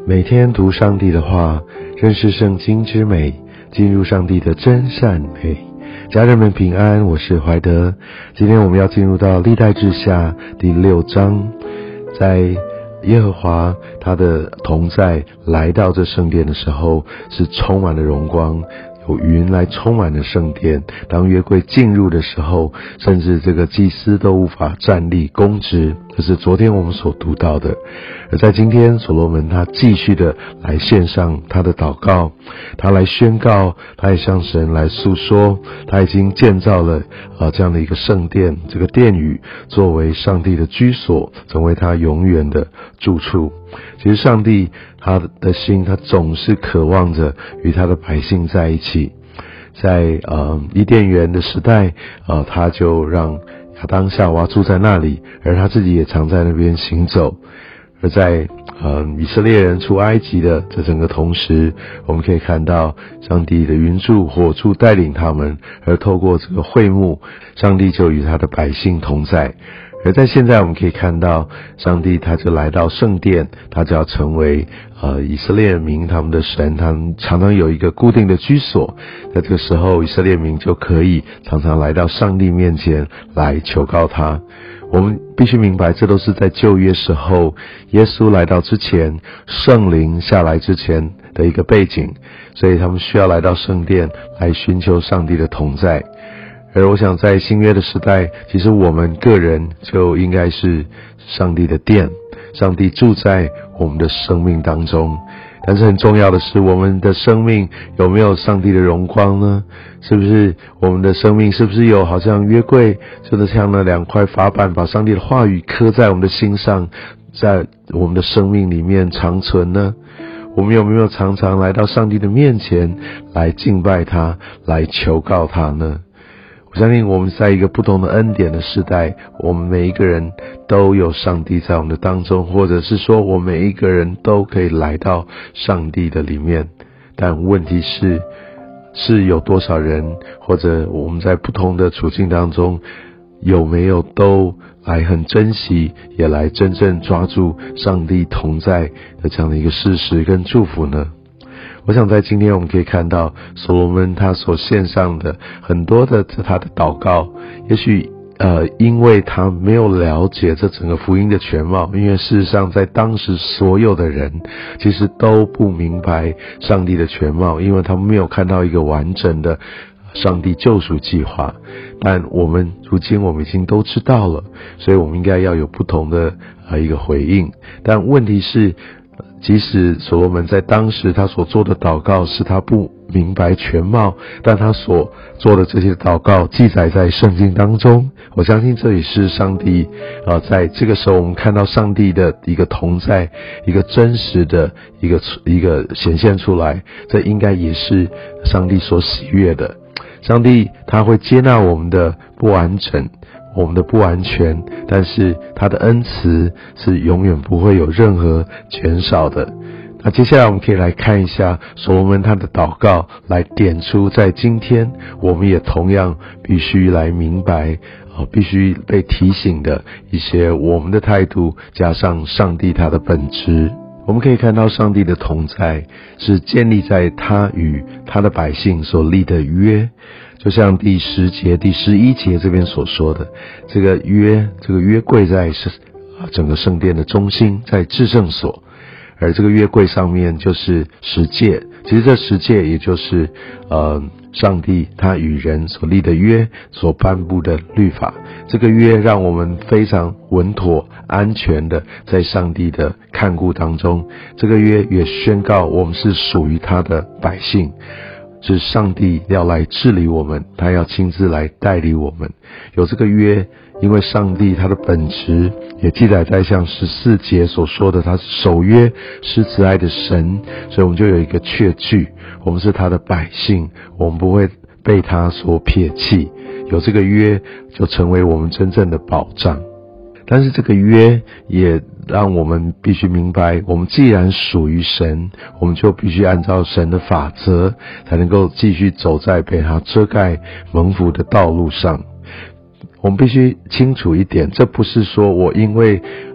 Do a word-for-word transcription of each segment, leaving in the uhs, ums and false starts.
每天读上帝的话，认识圣经之美，进入上帝的真善美。家人们平安，我是怀德。今天我们要进入到历代志下第六章，在耶和华他的同在来到这圣殿的时候，是充满了荣光，有云来充满了圣殿。当约柜进入的时候，甚至这个祭司都无法站立供职，这是昨天我们所读到的。而在今天，所罗门他继续的来献上他的祷告，他来宣告，他也向神来诉说，他已经建造了呃这样的一个圣殿，这个殿宇作为上帝的居所，成为他永远的住处。其实上帝他的心，他总是渴望着与他的百姓在一起。在呃伊甸园的时代，呃他就让亚当夏娃住在那里，而他自己也常在那边行走。而在呃以色列人出埃及的这整个同时，我们可以看到上帝的云柱火柱带领他们，而透过这个会幕，上帝就与他的百姓同在。而在现在我们可以看到，上帝他就来到圣殿，他就要成为呃以色列民他们的神，他们常常有一个固定的居所。在这个时候，以色列民就可以常常来到上帝面前来求告他。我们必须明白，这都是在旧约时候耶稣来到之前，圣灵下来之前的一个背景，所以他们需要来到圣殿来寻求上帝的同在。而我想在新约的时代，其实我们个人就应该是上帝的殿，上帝住在我们的生命当中。但是很重要的是，我们的生命有没有上帝的荣光呢？是不是我们的生命是不是有好像约柜，就是像那两块法板，把上帝的话语刻在我们的心上，在我们的生命里面长存呢？我们有没有常常来到上帝的面前来敬拜他，来求告他呢？我相信我们在一个不同的恩典的时代，我们每一个人都有上帝在我们的当中，或者是说我们每一个人都可以来到上帝的里面。但问题是，是有多少人，或者我们在不同的处境当中，有没有都来很珍惜，也来真正抓住上帝同在的这样的一个事实跟祝福呢？我想在今天我们可以看到所罗门他所献上的很多的他的祷告，也许呃因为他没有了解这整个福音的全貌，因为事实上在当时所有的人其实都不明白上帝的全貌，因为他们没有看到一个完整的上帝救赎计划。但我们如今我们已经都知道了，所以我们应该要有不同的呃一个回应。但问题是，即使所罗门在当时他所做的祷告是他不明白全貌，但他所做的这些祷告记载在圣经当中。我相信这也是上帝呃，在这个时候我们看到上帝的一个同在，一个真实的一个一个显现出来，这应该也是上帝所喜悦的。上帝他会接纳我们的不完整，我们的不完全，但是他的恩慈是永远不会有任何减少的。那接下来我们可以来看一下所罗门他的祷告，来点出在今天我们也同样必须来明白呃，必须被提醒的一些我们的态度，加上上帝他的本质。我们可以看到上帝的同在是建立在他与他的百姓所立的约，就像第十节第十一节这边所说的，这个约这个约柜在整个圣殿的中心，在至圣所，而这个约柜上面就是十诫。其实这十诫也就是呃上帝他与人所立的约，所颁布的律法。这个约让我们非常稳妥安全的在上帝的看顾当中，这个约也宣告我们是属于他的百姓，是上帝要来治理我们，他要亲自来带领我们。有这个约，因为上帝他的本质也记载在像十四节所说的，他是守约施慈爱的神，所以我们就有一个确据，我们是他的百姓，我们不会被他所撇弃。有这个约就成为我们真正的保障。但是这个约也让我们必须明白，我们既然属于神，我们就必须按照神的法则，才能够继续走在被他遮盖蒙福的道路上。我们必须清楚一点，这不是说我因为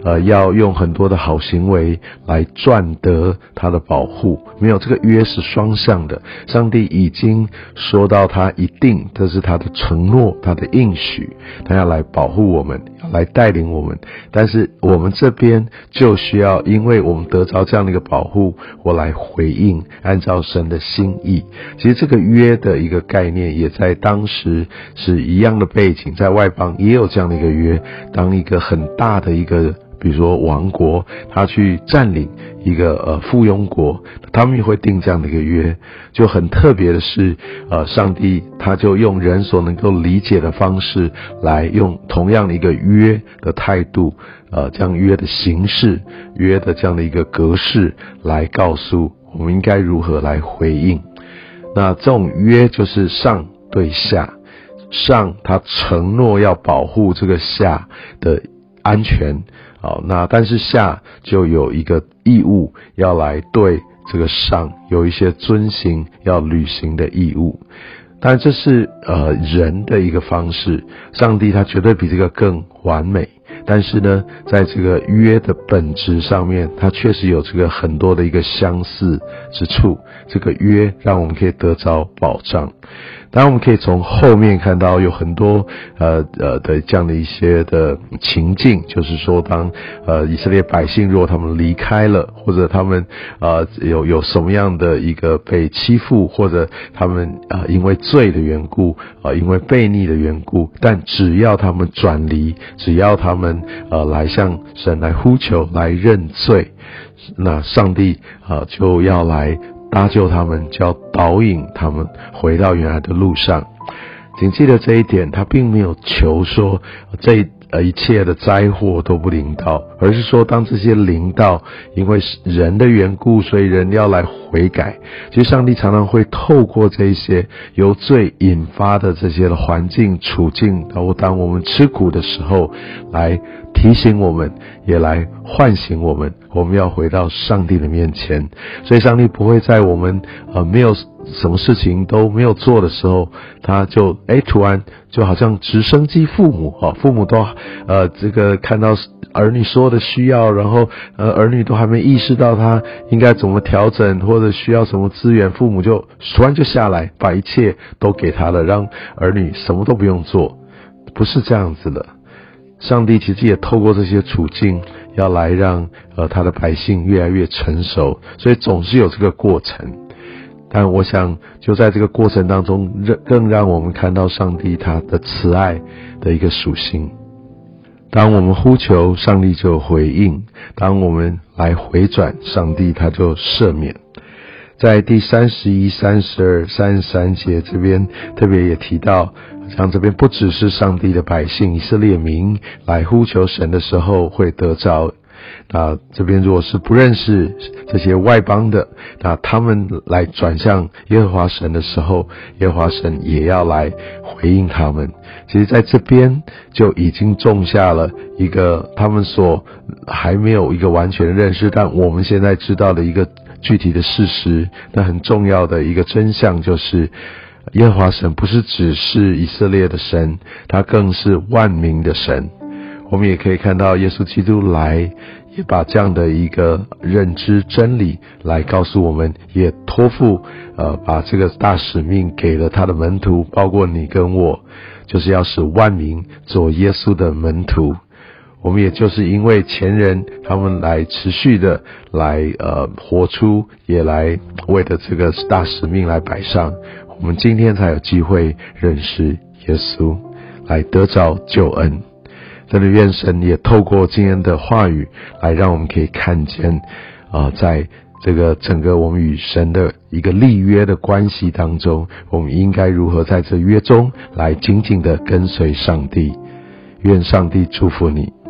呃要用很多的好行为来赚得他的保护，没有，这个约是双向的。上帝已经说到他一定，这是他的承诺，他的应许，他要来保护我们，要来带领我们。但是我们这边就需要，因为我们得着这样的一个保护，我来回应，按照神的心意。其实这个约的一个概念也在当时是一样的背景，在外邦也有这样的一个约。当一个很大的一个比如说王国，他去占领一个呃附庸国，他们也会定这样的一个约。就很特别的是，呃，上帝他就用人所能够理解的方式，来用同样的一个约的态度，呃，这样约的形式，约的这样的一个格式，来告诉我们应该如何来回应。那这种约就是上对下，上他承诺要保护这个下的安全。好，那但是下就有一个义务要来对这个上有一些遵行要履行的义务。当然这是呃人的一个方式，上帝他绝对比这个更完美，但是呢在这个约的本质上面，它确实有这个很多的一个相似之处，这个约让我们可以得着保障。当然我们可以从后面看到有很多呃呃的这样的一些的情境，就是说当呃以色列百姓如果他们离开了，或者他们呃有有什么样的一个被欺负，或者他们呃因为罪的缘故，呃因为悖逆的缘故，但只要他们转离，只要他们呃来向神来呼求，来认罪，那上帝呃就要来搭救他们，就要导引他们回到原来的路上。请记得这一点，他并没有求说这呃一切的灾祸都不临到，而是说当这些临到，因为人的缘故，所以人要来悔改。其实上帝常常会透过这些由罪引发的这些的环境处境，然后当我们吃苦的时候，来提醒我们，也来唤醒我们，我们要回到上帝的面前。所以上帝不会在我们呃没有什么事情都没有做的时候，他就诶突然就好像直升机父母哦，父母都呃这个看到儿女所有的需要，然后呃儿女都还没意识到他应该怎么调整或者需要什么资源，父母就突然就下来把一切都给他了，让儿女什么都不用做。不是这样子的，上帝其实也透过这些处境要来让呃他的百姓越来越成熟，所以总是有这个过程。但我想就在这个过程当中，更让我们看到上帝他的慈爱的一个属性。当我们呼求，上帝就回应；当我们来回转，上帝他就赦免。在第三十一、三十二、三十三节这边特别也提到，像这边不只是上帝的百姓以色列民来呼求神的时候会得着，那这边如果是不认识这些外邦的，那他们来转向耶和华神的时候，耶和华神也要来回应他们。其实在这边就已经种下了一个他们所还没有一个完全的认识，但我们现在知道的一个具体的事实。那很重要的一个真相就是耶和华神不是只是以色列的神，他更是万民的神。我们也可以看到耶稣基督来也把这样的一个认知真理来告诉我们，也托付呃把这个大使命给了他的门徒，包括你跟我，就是要使万民做耶稣的门徒。我们也就是因为前人他们来持续的来呃活出，也来为了这个大使命来摆上，我们今天才有机会认识耶稣，来得着救恩。真的愿神也透过今天的话语来让我们可以看见呃在这个整个我们与神的一个立约的关系当中，我们应该如何在这约中来紧紧的跟随上帝。愿上帝祝福你。